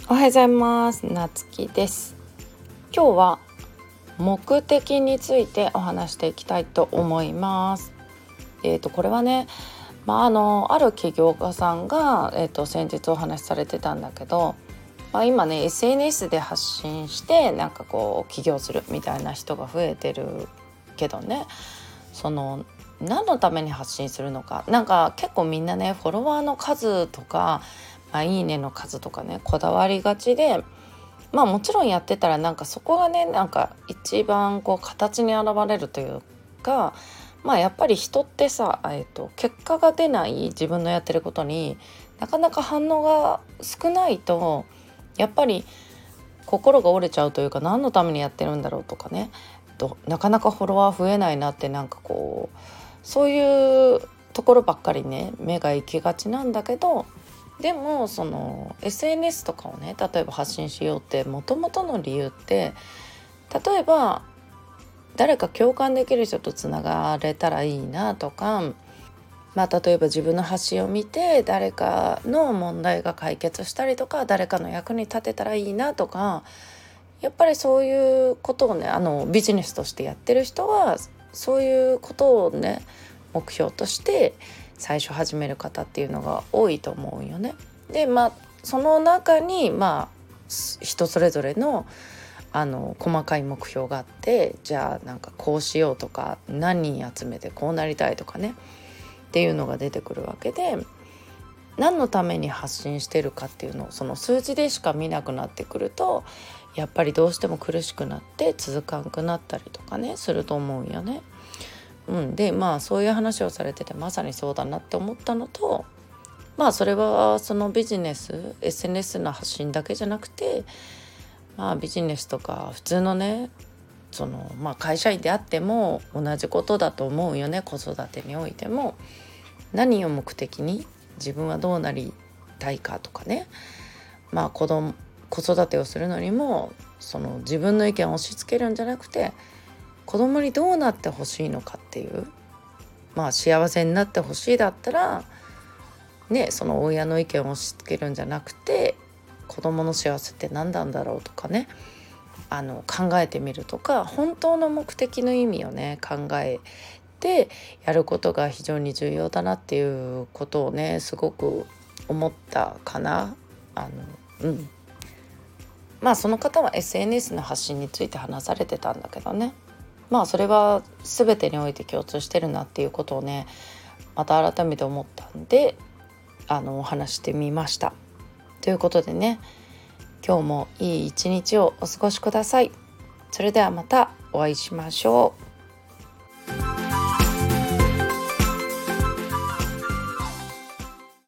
おはようございます。なつきです。今日は目的についてお話していきたいと思います。これはね、ある起業家さんが、先日お話しされてたんだけど、今ね SNS で発信して起業するみたいな人が増えてるけどね、何のために発信するのか、結構みんなねフォロワーの数とか、いいねの数とかねこだわりがちで、もちろんやってたらそこがね一番形に現れるというか、やっぱり人ってさ、結果が出ない自分のやってることになかなか反応が少ないと、やっぱり心が折れちゃうというか、何のためにやってるんだろうとかね、なかなかフォロワー増えないなって、そういうところばっかりね目が行きがちなんだけど、でもSNS とかをね例えば発信しようって元々の理由って、例えば誰か共感できる人とつながれたらいいなとか、例えば自分の発信を見て誰かの問題が解決したりとか、誰かの役に立てたらいいなとか、やっぱりそういうことをねビジネスとしてやってる人はそういうことをね目標として最初始める方っていうのが多いと思うよね。でその中に人それぞれの細かい目標があって、じゃあこうしようとか、何人集めてこうなりたいとかねっていうのが出てくるわけで、何のために発信してるかっていうのをその数字でしか見なくなってくると、やっぱりどうしても苦しくなって続かんくなったりとかねすると思うよね。でそういう話をされてて、まさにそうだなって思ったのと、それはそのビジネス SNS の発信だけじゃなくて、ビジネスとか普通のね会社員であっても同じことだと思うよね。子育てにおいても何を目的に自分はどうなりたいかとかね、子育てをするのにも自分の意見を押し付けるんじゃなくて、子供にどうなってほしいのかっていう、幸せになってほしいだったらね、その親の意見を押し付けるんじゃなくて、子供の幸せって何なんだろうとかね、考えてみるとか、本当の目的の意味をね考えてやることが非常に重要だなっていうことをねすごく思ったかな。その方は SNS の発信について話されてたんだけどね、それは全てにおいて共通してるなっていうことをねまた改めて思ったんでお話してみました。ということでね、今日もいい一日をお過ごしください。それではまたお会いしましょう。